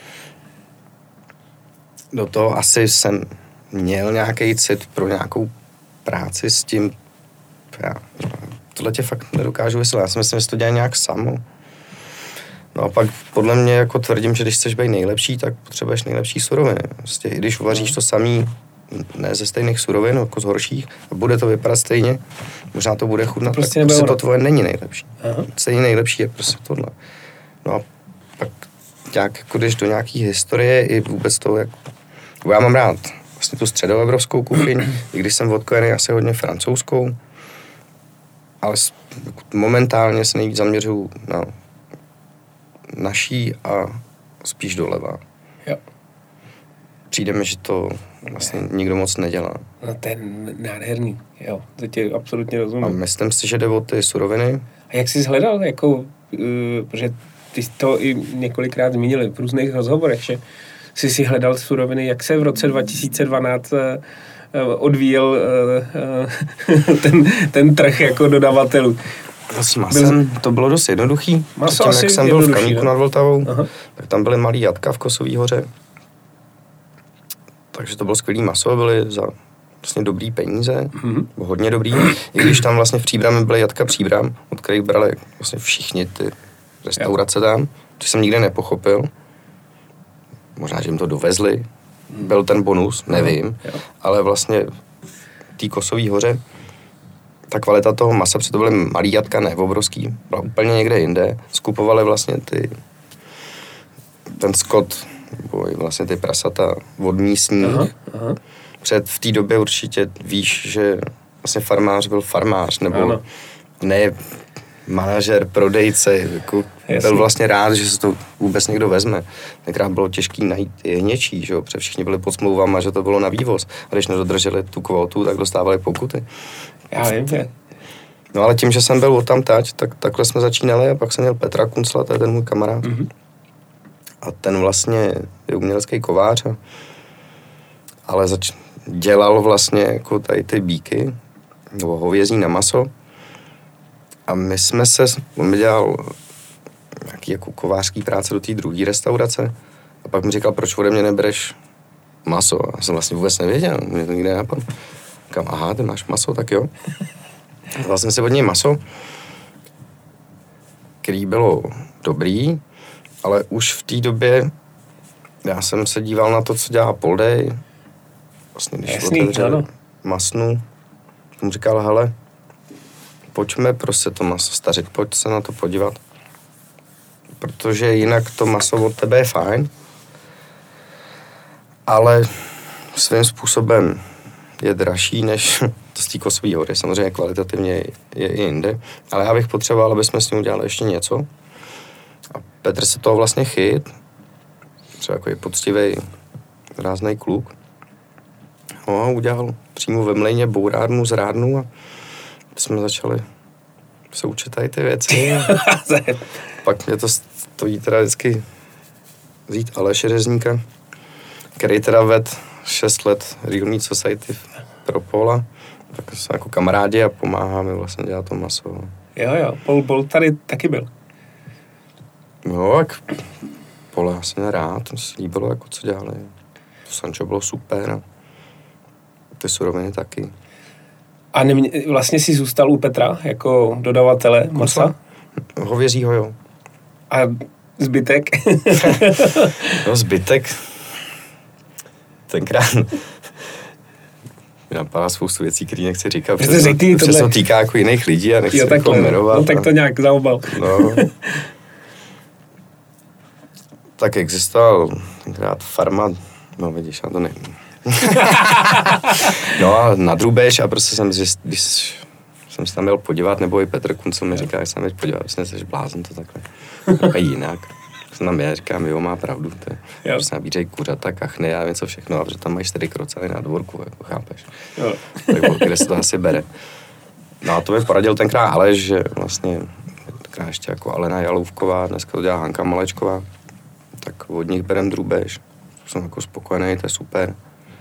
B: Do toho asi jsem měl nějaký cit pro nějakou práci s tím. Já tohle tě fakt nedokážu vysvětlit. Já si myslím, že to dělá nějak samo. No a pak podle mě jako tvrdím, že když chceš být nejlepší, tak potřebuješ nejlepší suroviny. Prostě i když uvaříš to samý, ne ze stejných surovin, jako z horších, a bude to vypadat stejně, možná to bude chutnat, to prostě tak prostě to tvoje není nejlepší. Aha. Stejně nejlepší je prostě tohle. No a pak nějak jako jdeš do nějaký historie i vůbec toho, jak... Já mám rád vlastně tu středoevropskou kuchyň, i když jsem odkojený asi hodně francouzskou, ale momentálně se nejvíc zaměřuju na naší a spíš doleva.
A: Jo.
B: Přijde mi, že to vlastně nikdo moc nedělá.
A: No to je nádherný, jo, to tě absolutně rozumím.
B: A myslím si, že jde o ty suroviny.
A: A jak jsi hledal, jako, uh, protože ty jsi to i několikrát zmínili v různých rozhovorech, že jsi si hledal suroviny, jak se v roce dva tisíce dvanáct uh, odvíjel uh, uh, ten, ten trh jako dodavatelů.
B: S masem byl... to bylo dost jednoduchý.
A: Maso
B: Tím,
A: asi
B: jak jsem byl v Kamíku nad Vltavou, Aha. tak tam byly malý jatka v Kosový hoře. Takže to bylo skvělý maso, byly za vlastně dobrý peníze, mm-hmm. hodně dobrý. I když tam vlastně v Příbrami byly jatka Příbram, od kterých brali vlastně všichni ty restaurace jo. tam, což jsem nikdy nepochopil. Možná, že jim to dovezli, byl ten bonus, nevím, jo. ale vlastně v té Kosový hoře ta kvalita toho masa, protože to byly malý jatka, ne obrovský, byla úplně někde jinde. Skupovali vlastně ty, ten skot, nebo vlastně ty prasata od místních. Aha, aha. Před v té době určitě víš, že vlastně farmář byl farmář, nebo ano. ne manažer, prodejce, jako byl vlastně rád, že se to vůbec někdo vezme. Tenkrát bylo těžký najít jehněčí, že jo, protože všichni byli pod smlouvama, že to bylo na vývoz. A když nedodrželi tu kvotu, tak dostávali pokuty.
A: Já vím, že.
B: No ale tím, že jsem byl odtamtať, tak takhle jsme začínali a pak jsem měl Petra Kuncla, to je ten můj kamarád. Mm-hmm. A ten vlastně je umělecký kovář, ale zač- dělal vlastně jako tady ty bíky, nebo hovězí na maso. A my jsme se, on mi dělal nějaký jako kovářský práce do té druhé restaurace a pak mi říkal, proč ode mě nebereš maso. A já jsem vlastně vůbec nevěděl, mě to nikdy nenapadlo. Říkám, aha, ty máš maso, tak jo. Dal jsem si od něj maso, který bylo dobrý, ale už v té době já jsem se díval na to, co dělá Poldej, vlastně když
A: Jasný,
B: otevřel masnu, jsem říkal, hele, pojďme prostě to maso stařit, pojď se na to podívat, protože jinak to maso od tebe je fajn, ale svým způsobem je dražší než to z té Kosový hory. Samozřejmě kvalitativně je, je i jinde, ale já bych potřeboval, aby jsme s ním udělali ještě něco. A Petr se toho vlastně chyt, třeba jako je poctivý, ráznej kluk. No, udělal přímo ve Mlejně bourárnu z Rádnu a jsme začali se učit tady ty věci. Pak mě to stojí teda vždycky vzít Aleše Řezníka, který teda ved šest let Real Meat Society pro Paula, tak jsme jako kamarádi a pomáhá mi vlastně dělat to maso.
A: Jo, jo, Paul, Paul tady taky byl.
B: Jo, tak Paula já jsem rád, to se líbilo, jako co dělali. To Sancho bylo super a ty suroviny taky.
A: A nemě, vlastně si zůstal u Petra jako dodavatele masa?
B: Hovězího, jo.
A: A zbytek?
B: No zbytek, tenkrát mi napadá spoustu věcí, které nechci říkat, protože se to týká jako jiných lidí a nechci jo, to jmenovat.
A: No tak to nějak zaobal.
B: No. Tak existoval tenkrát farma, no vidíš, já to nevím. No a na Drůbež a prostě jsem, když jsem se tam měl podívat, nebo i Petr Kunco mi říká, že jsem měl podívat, vlastně jsi blázon to takhle. A jinak. Jsem tam já říkám, jo, má pravdu, to je, prostě nabířej kuřata, kachny, já vím co všechno, a protože tam mají čtyři krocely na dvorku, jako chápeš. Jo. Tak kde se to asi bere. No a to mi poradil tenkrát Aleš, že vlastně tenkrát ještě jako Alena Jalouvková, dneska to dělá Hanka Malečková, tak od nich berem Drůbež. Jsem jako spokojený, to je super.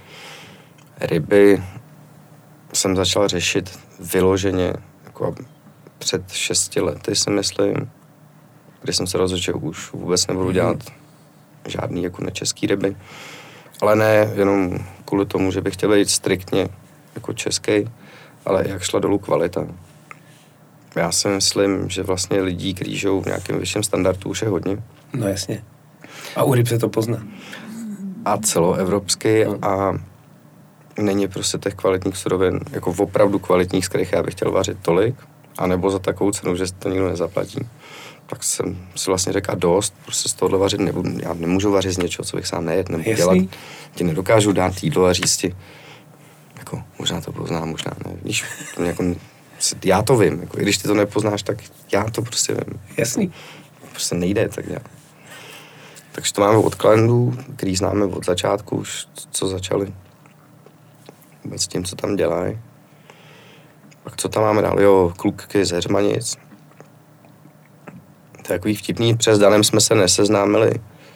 B: Ryby jsem začal řešit vyloženě jako před šesti lety, si myslím, kdy jsem se rozhodl, že už vůbec nebudu dělat žádný jako nečeský ryby. Ale ne jenom kvůli tomu, že bych chtěl být striktně jako český, ale jak šla dolů kvalita. Já si myslím, že vlastně lidí, kteří žijou v nějakém vyšším standardu, už je hodně.
A: No jasně. A u ryb se to pozná.
B: A celoevropský no. A není prostě těch kvalitních surovin, jako opravdu kvalitních, z kterých já bych chtěl vařit tolik, anebo za takovou cenu, že to nikdo nezaplatí. Tak jsem si vlastně řekl, dost, prostě z tohohle vařit nebudu, já nemůžu vařit z něčeho, co bych sám nejet, nebo dělat. Ti nedokážu dát jídlo a říct ti, jako možná to poznám, možná ne, víš, to jako, já to vím, jako, i když ty to nepoznáš, tak já to prostě vím.
A: Jasný.
B: Prostě nejde tak dělat. Takže to máme od klientů, který známe od začátku už, co začali. Vůbec tím, co tam dělají. Pak co tam máme dál? Jo, kluky z Heřmanic. To je takový vtipný. Přes Danem jsme se neseznámili.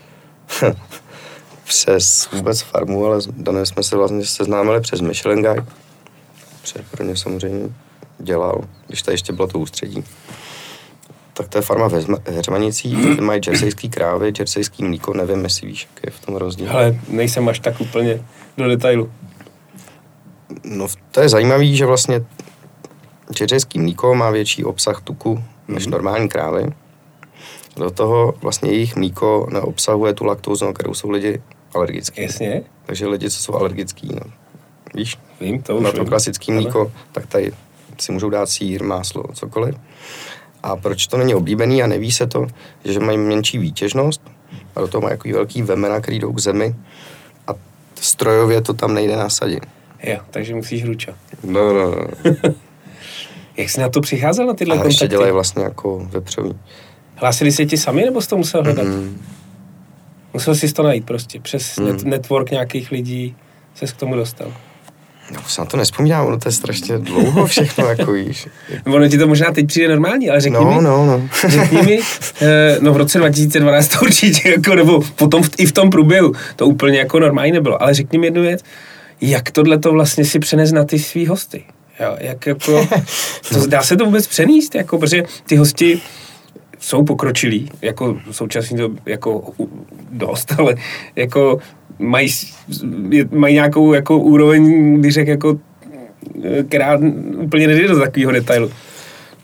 B: Přes vůbec farmu, ale s Danem jsme se vlastně seznámili přes Michelin Guide. Protože pro ně samozřejmě dělal, když to ještě bylo to ústředí. Tak to je farma v Heřmanicích, kde mají džersejský krávy, džersejský mlíko, nevím, jestli víš, jak je v tom rozdíl.
A: Ale nejsem až tak úplně do detailu.
B: No to je zajímavý, že vlastně džersejský mlíko má větší obsah tuku než mm-hmm. normální krávy. Do toho vlastně jejich mlíko neobsahuje tu laktózu, na kterou jsou lidi alergický.
A: Jasně.
B: Takže lidi, co jsou alergický, no, víš,
A: vím, to už
B: na to
A: vím.
B: klasický mlíko, tak tady si můžou dát sýr, máslo, cokoliv. A proč to není oblíbený a neví se to, že mají menší výtěžnost a do toho mají takový velký vemena, který jdou k zemi a strojově to tam nejde nasadit.
A: Jo, takže musíš hručat.
B: No, no, no.
A: Jak jsi na to přicházel, na tyhle
B: a
A: kontakty?
B: A ještě dělají vlastně jako vepřový.
A: Hlásili se ti sami, nebo jsi to musel hledat? Mm-hmm. Musel jsi to najít prostě, přes mm. net- network nějakých lidí ses k tomu dostal.
B: No, se na to nespomínám, ono to je strašně dlouho všechno, jako víš.
A: Ono ti to možná teď přijde normální, ale řekni
B: no,
A: mi,
B: no, no.
A: řekni mi, no v roce dva tisíce dvanáct to určitě, jako, nebo potom v, i v tom průběhu, to úplně jako normální nebylo, ale řekni mi jednu věc, jak tohle to vlastně si přenes na ty svý hosty, jo, jak jako, to, dá se to vůbec přenést, jako, protože ty hosti jsou pokročilí, jako současně to jako dost, ale jako mají, mají nějakou jako úroveň, když řek, jako, která úplně nejde do takového detailu.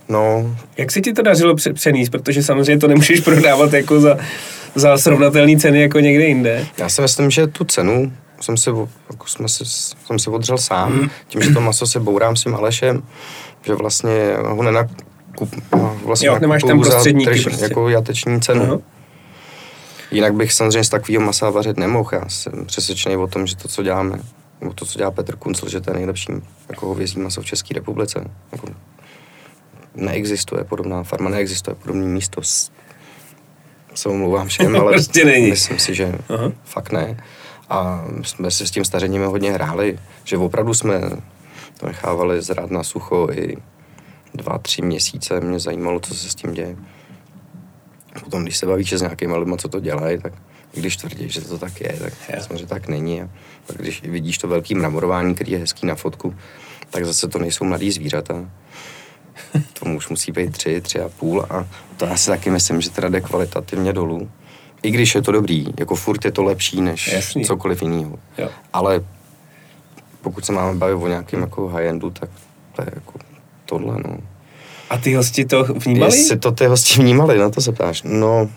B: No.
A: Jak se ti to dařilo přenést, protože samozřejmě to nemůžeš prodávat jako za, za srovnatelné ceny jako někde jinde.
B: Já si myslím, že tu cenu jsem si, jako jsme si, jsem si odřel sám, mm. tím, že to maso si bourám s tím Alešem, že vlastně ho nenakup, vlastně
A: jo, nemáš tam prostředníky
B: trž,
A: prostě.
B: Jako jateční cenu.
A: Uh-huh.
B: Jinak bych samozřejmě z takového masa vařit nemohl. Já jsem přesvědčený o tom, že to, co děláme, nebo to, co dělá Petr Kuncl, že to je nejlepší jako hovězí maso v České republice. Jako neexistuje podobná farma, neexistuje podobné místo. Se omlouvám všem, ale
A: prostě není.
B: Myslím si, že uh-huh. fakt ne. A jsme si s tím stařením hodně hráli, že opravdu jsme to nechávali zrát na sucho i dva, tři měsíce. Mě zajímalo, co se s tím děje. Potom, když se bavíš s nějakýma lidma, co to dělají, tak když tvrdí, že to tak je, tak samozřejmě tak není. A pak když vidíš to velký mramorování, který je hezký na fotku, tak zase to nejsou mladý zvířata. Tomu už musí být tři, tři a půl a to já si taky myslím, že teda jde kvalitativně dolů. I když je to dobrý, jako furt je to lepší než Jasný. cokoliv jiného. Ale pokud se máme bavit o nějakém jako high-endu, tak to je jako tohle, no.
A: A ty hosti to vnímali?
B: Jestli to ty hosti vnímali, na to se ptáš. No,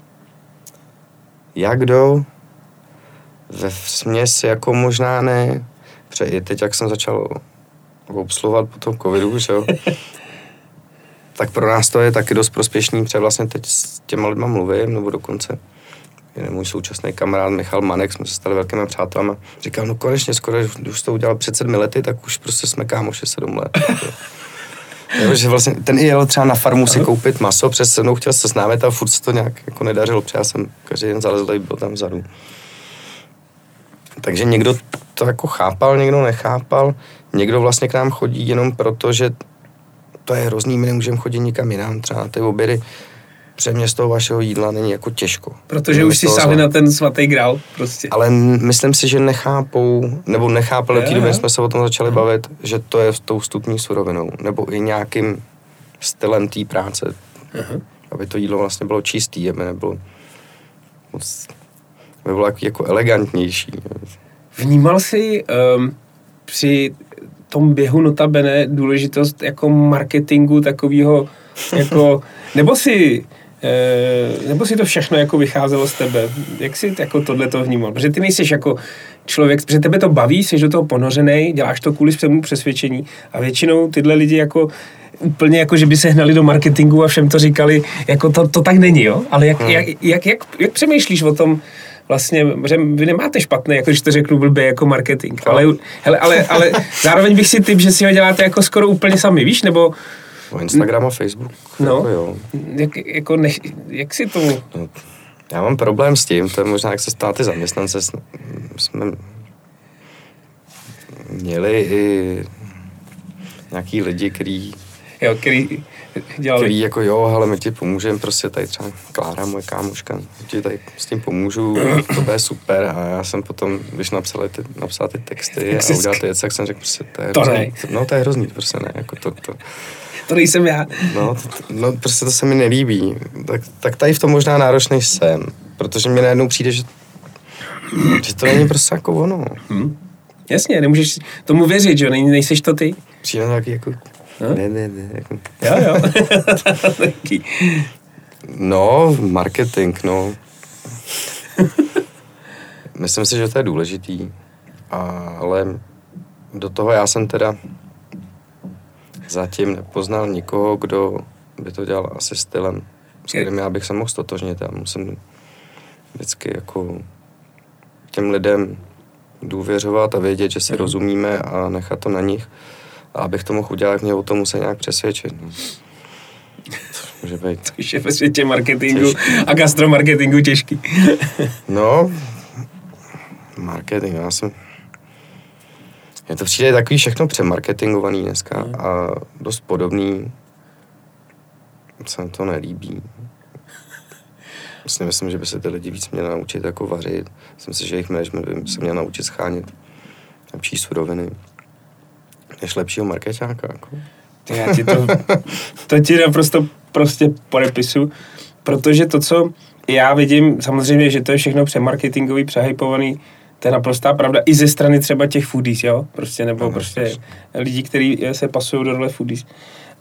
B: jak kdo? Ve směs jako možná ne. Protože i teď, jak jsem začal obsluhovat po tom covidu, že jo, tak pro nás to je taky dost prospěšný, protože vlastně teď s těma lidma mluvím, nebo dokonce je můj současný kamarád Michal Manek, jsme se stali velkými přátelama. Říkal, no konečně, skoro, už to udělal před sedmi lety, tak už prostě jsme kámoši sedm let. Jo, že vlastně ten i jel třeba na farmu si koupit maso, přes se mnou chtěl se snámit a furt se to nějak jako nedařilo, protože já jsem každý den zalezlej, byl tam vzadu. Takže někdo to jako chápal, někdo nechápal, někdo vlastně k nám chodí jenom proto, že to je hrozný, my nemůžeme chodit nikam jinam, třeba na ty obědy, protože mě z toho vašeho jídla není jako těžko.
A: Protože mě už si sáhli na ten svatý grál prostě.
B: Ale myslím si, že nechápou, nebo nechápali v té době, jsme se o tom začali bavit, že to je tou vstupní surovinou, nebo i nějakým stylem té práce, Aha. aby to jídlo vlastně bylo čistý, aby nebylo moc, aby bylo jako elegantnější.
A: Vnímal jsi um, při tom běhu notabene důležitost jako marketingu takového, jako, nebo si e, nebo si to všechno jako vycházelo z tebe? Jak jsi jako tohleto vnímal? Protože ty nejsiš jako člověk, protože tebe to baví, jsi do toho ponořenej, děláš to kvůli svému přesvědčení a většinou tyhle lidi jako úplně jako, že by se hnali do marketingu a všem to říkali, jako to, to tak není, jo? Ale jak, hmm. jak, jak, jak, jak přemýšlíš o tom, vlastně, že vy nemáte špatné, jako když to řeknu blbě, jako marketing, ale, hele, ale, ale zároveň bych si typ, že si ho děláte jako skoro úplně sami, víš, nebo...
B: O Instagram a Facebook,
A: no,
B: jako jo.
A: Jak, jako nech, jak si to...
B: No, já mám problém s tím, to je možná, jak se stát ty zaměstnance, jsme měli i nějaký lidi, který...
A: Jo, který... Dělali.
B: Který jako jo, ale my ti pomůžeme, prostě tady třeba Klára, moje kámoška, ti tady s tím pomůžu, to bude super a já jsem potom, když napsal ty, napsal ty texty a udělal ty věci, tak jsem řekl, prostě to je
A: to
B: hrozný.
A: Ne.
B: No to je hrozný, prostě ne, jako to, to.
A: To nejsem já.
B: No, to, to, no prostě to se mi nelíbí, tak, tak tady v tom možná náročný jsem, protože mi najednou přijde, že, že to není prostě jako ono.
A: Hmm. Jasně, nemůžeš tomu věřit, že Nej, nejseš to ty.
B: Přijde taky jako... No? Ne, ne, ne. Jako...
A: Jo, jo.
B: No, marketing, no. Myslím si, že to je důležitý, ale do toho já jsem teda zatím nepoznal nikoho, kdo by to dělal asi stylem, s kterým já bych se mohl stotožnit. Já musím vždycky jako těm lidem důvěřovat a vědět, že si mm. rozumíme a nechat to na nich. A abych to mohl udělat, mě o tom musel nějak přesvědčit. No. Může být.
A: To je ve světě marketingu těžký. A gastromarketingu těžký.
B: No, marketing, já jsem... Mně to přijde takový všechno přemarketingovaný dneska mm. a dost podobný. Se mi to nelíbí. Myslím, myslím, že by se ty lidi víc měli naučit jako vařit. Myslím si, že jejich management by se měl naučit schánět lepší suroviny. Než lepšího markeťáka, jako.
A: Já ti to, to ti naprosto prostě podepisu, protože to, co já vidím, samozřejmě, že to je všechno přemarketingový, přehypovaný, to je naprostá pravda, i ze strany třeba těch foodies, jo, prostě, nebo no, prostě lidi, kteří se pasují do role foodies.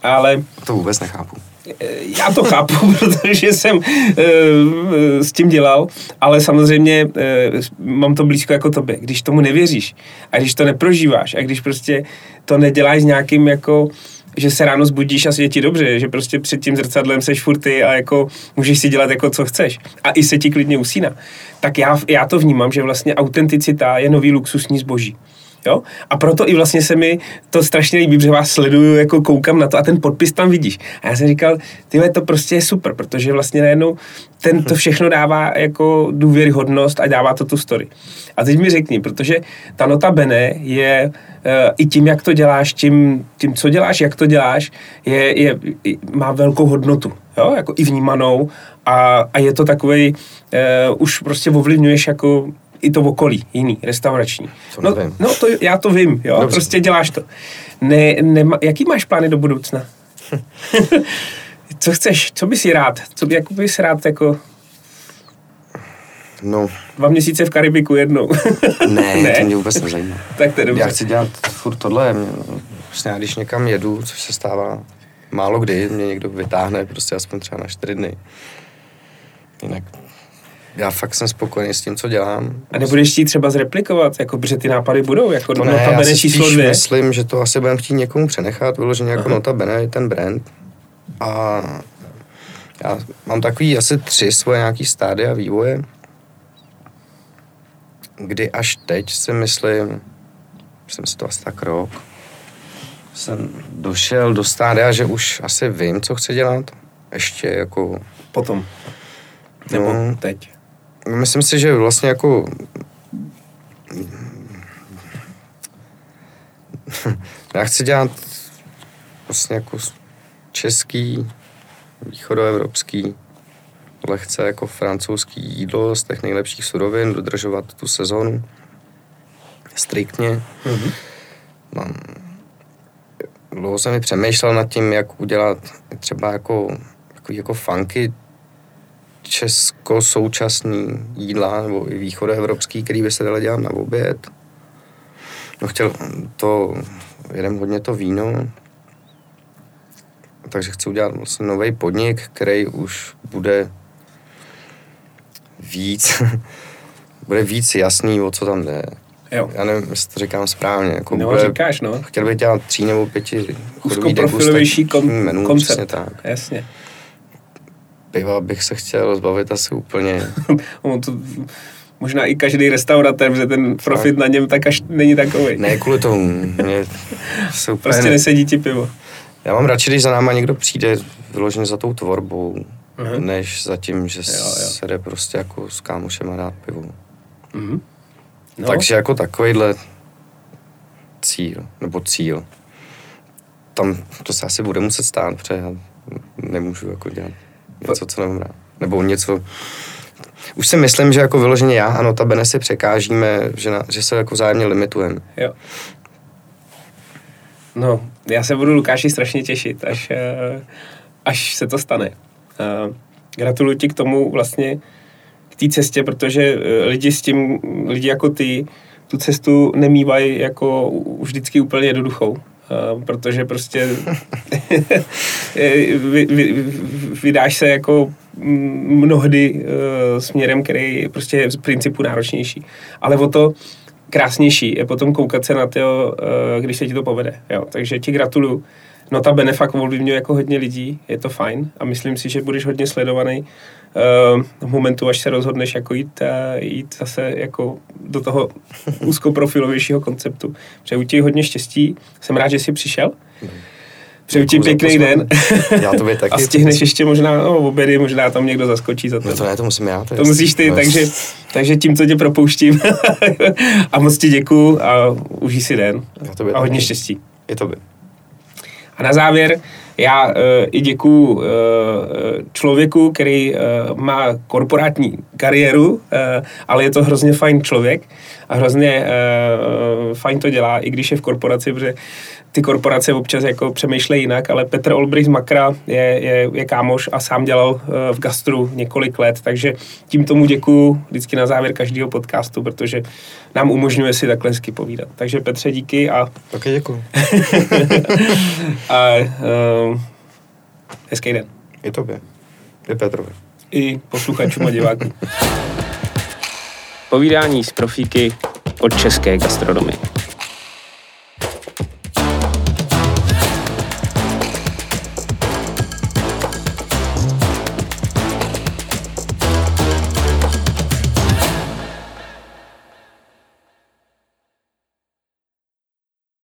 A: ale...
B: To vůbec nechápu.
A: Já to chápu, protože jsem uh, s tím dělal, ale samozřejmě uh, mám to blízko jako tobě. Když tomu nevěříš a když to neprožíváš a když prostě to neděláš s nějakým jako, že se ráno zbudíš a je ti dobře, že prostě před tím zrcadlem seš furt ty a jako můžeš si dělat jako co chceš a i se ti klidně usíná, tak já, já to vnímám, že vlastně autenticita je nový luxusní zboží. Jo? A proto i vlastně se mi to strašně líbí, protože vás sleduju, jako koukám na to a ten podpis tam vidíš. A já jsem říkal, tyhle, to prostě je super, protože vlastně najednou ten to všechno dává jako důvěryhodnost a dává to tu story. A teď mi řekni, protože ta nota bene je uh, i tím, jak to děláš, tím, tím, co děláš, jak to děláš, je, je, má velkou hodnotu, jo? Jako i vnímanou a, a je to takovej, uh, už prostě ovlivňuješ jako i to okolí, jiný, restaurační.
B: To
A: no, no to já to vím, jo, dobře. Prostě děláš to. Ne, nema, jaký máš plány do budoucna? Co chceš, co bys si rád, co by, jak bys rád jako...
B: No.
A: Dva měsíce v Karibiku jednou.
B: ne, ne, to mě vůbec nezajímá.
A: Tak to je dobře.
B: Já chci dělat furt tohle, mě, vlastně já když někam jedu, což se stává málo kdy, mě někdo vytáhne prostě aspoň třeba na čtyři dny. Jinak já fakt jsem spokojený s tím, co dělám.
A: A nebudeš chtít třeba zreplikovat, jako, protože ty nápady budou, jako
B: to
A: nota bene číslo dvě.
B: Myslím, že to asi budeme chtít někomu přenechat, vyloženě jako Aha. nota bene je ten brand. A já mám takový asi tři svoje nějaký stádia vývoje, kdy až teď si myslím, myslím si to asi tak rok, jsem došel do stádia, že už asi vím, co chci dělat. Ještě jako...
A: Potom. Nebo
B: no,
A: teď.
B: Myslím si, že vlastně jako já chci dělat vlastně jako český, východoevropský, lehce jako francouzský jídlo z těch nejlepších surovin, dodržovat tu sezónu striktně. Mm-hmm. Mám, dlouho jsem mi přemýšlel nad tím, jak udělat třeba jako, jako, jako funky česko-současný jídla, nebo i východoevropský, který by se dalo dělat na oběd. No chtěl to, jedem hodně to víno, takže chci udělat vlastně nový podnik, který už bude víc, bude víc jasný, o co tam jde.
A: Jo.
B: Já nevím, jestli to říkám správně. Jako
A: nebo
B: bude,
A: říkáš, no.
B: Chtěl bych dělat tří nebo pěti
A: úzkoprofilovější kon-
B: menů,
A: koncept.
B: Tak.
A: Jasně.
B: Piva bych se chtěl zbavit asi úplně.
A: to, možná i každý restauratér, protože ten profit tak. na něm tak až není takovej.
B: Ne, kvůli tomu. Mě se úplně
A: prostě nesedí ti pivo.
B: Já mám radši, když za náma někdo přijde vyloženě za tou tvorbou,
A: uh-huh. než
B: za tím, že
A: jo, jo.
B: se jde prostě jako s kámošema dát pivo.
A: Uh-huh. No.
B: Takže jako takovýhle cíl, nebo cíl. Tam to se asi bude muset stát, protože já nemůžu jako dělat něco, co nemám rád. Nebo něco... Už si myslím, že jako vyloženě já a nota bene si překážíme, že, na, že se jako vzájemně limitujeme.
A: Jo. No, já se budu, Lukáši, strašně těšit, až, až se to stane. Gratuluju ti k tomu vlastně, k té cestě, protože lidi s tím, lidi jako ty, tu cestu nemývají jako vždycky úplně jednoduchou. Uh, protože prostě vy, vy, vydáš se jako mnohdy uh, směrem, který prostě je z principu náročnější. Ale o to krásnější je potom koukat se na to, uh, když se ti to povede. Jo? Takže ti gratuluju. Nota bene fakt ovlivňuje jako hodně lidí, je to fajn a myslím si, že budeš hodně sledovaný uh, v momentu, až se rozhodneš jako jít, uh, jít zase jako do toho úzkoprofilovějšího konceptu. Přeju ti hodně štěstí, jsem rád, že jsi přišel. Přeju ti pěkný den.
B: Já to taky.
A: A stihneš ještě možná no, obědy, možná tam někdo zaskočí za to.
B: No to ne, to musím já. To,
A: to musíš ty, no. takže, takže tímto tě propouštím. A moc ti děkuju a užij si den. A hodně taky. Štěstí.
B: Je to by.
A: A na závěr já uh, i děkuju uh, člověku, který uh, má korporátní kariéru, uh, ale je to hrozně fajn člověk a hrozně uh, fajn to dělá, i když je v korporaci, protože ty korporace občas jako přemýšlejí jinak, ale Petr Olbrich z Makra je, je, je kámoš a sám dělal uh, v gastru několik let, takže tím tomu děkuju vždycky na závěr každého podcastu, protože nám umožňuje si takhle hezky povídat. Takže Petře, díky a...
B: Také děkuju.
A: a uh, hezký den.
B: I tobě. I Petrovi.
A: I posluchačům a divákům. Povídání s profíky od české gastronomie.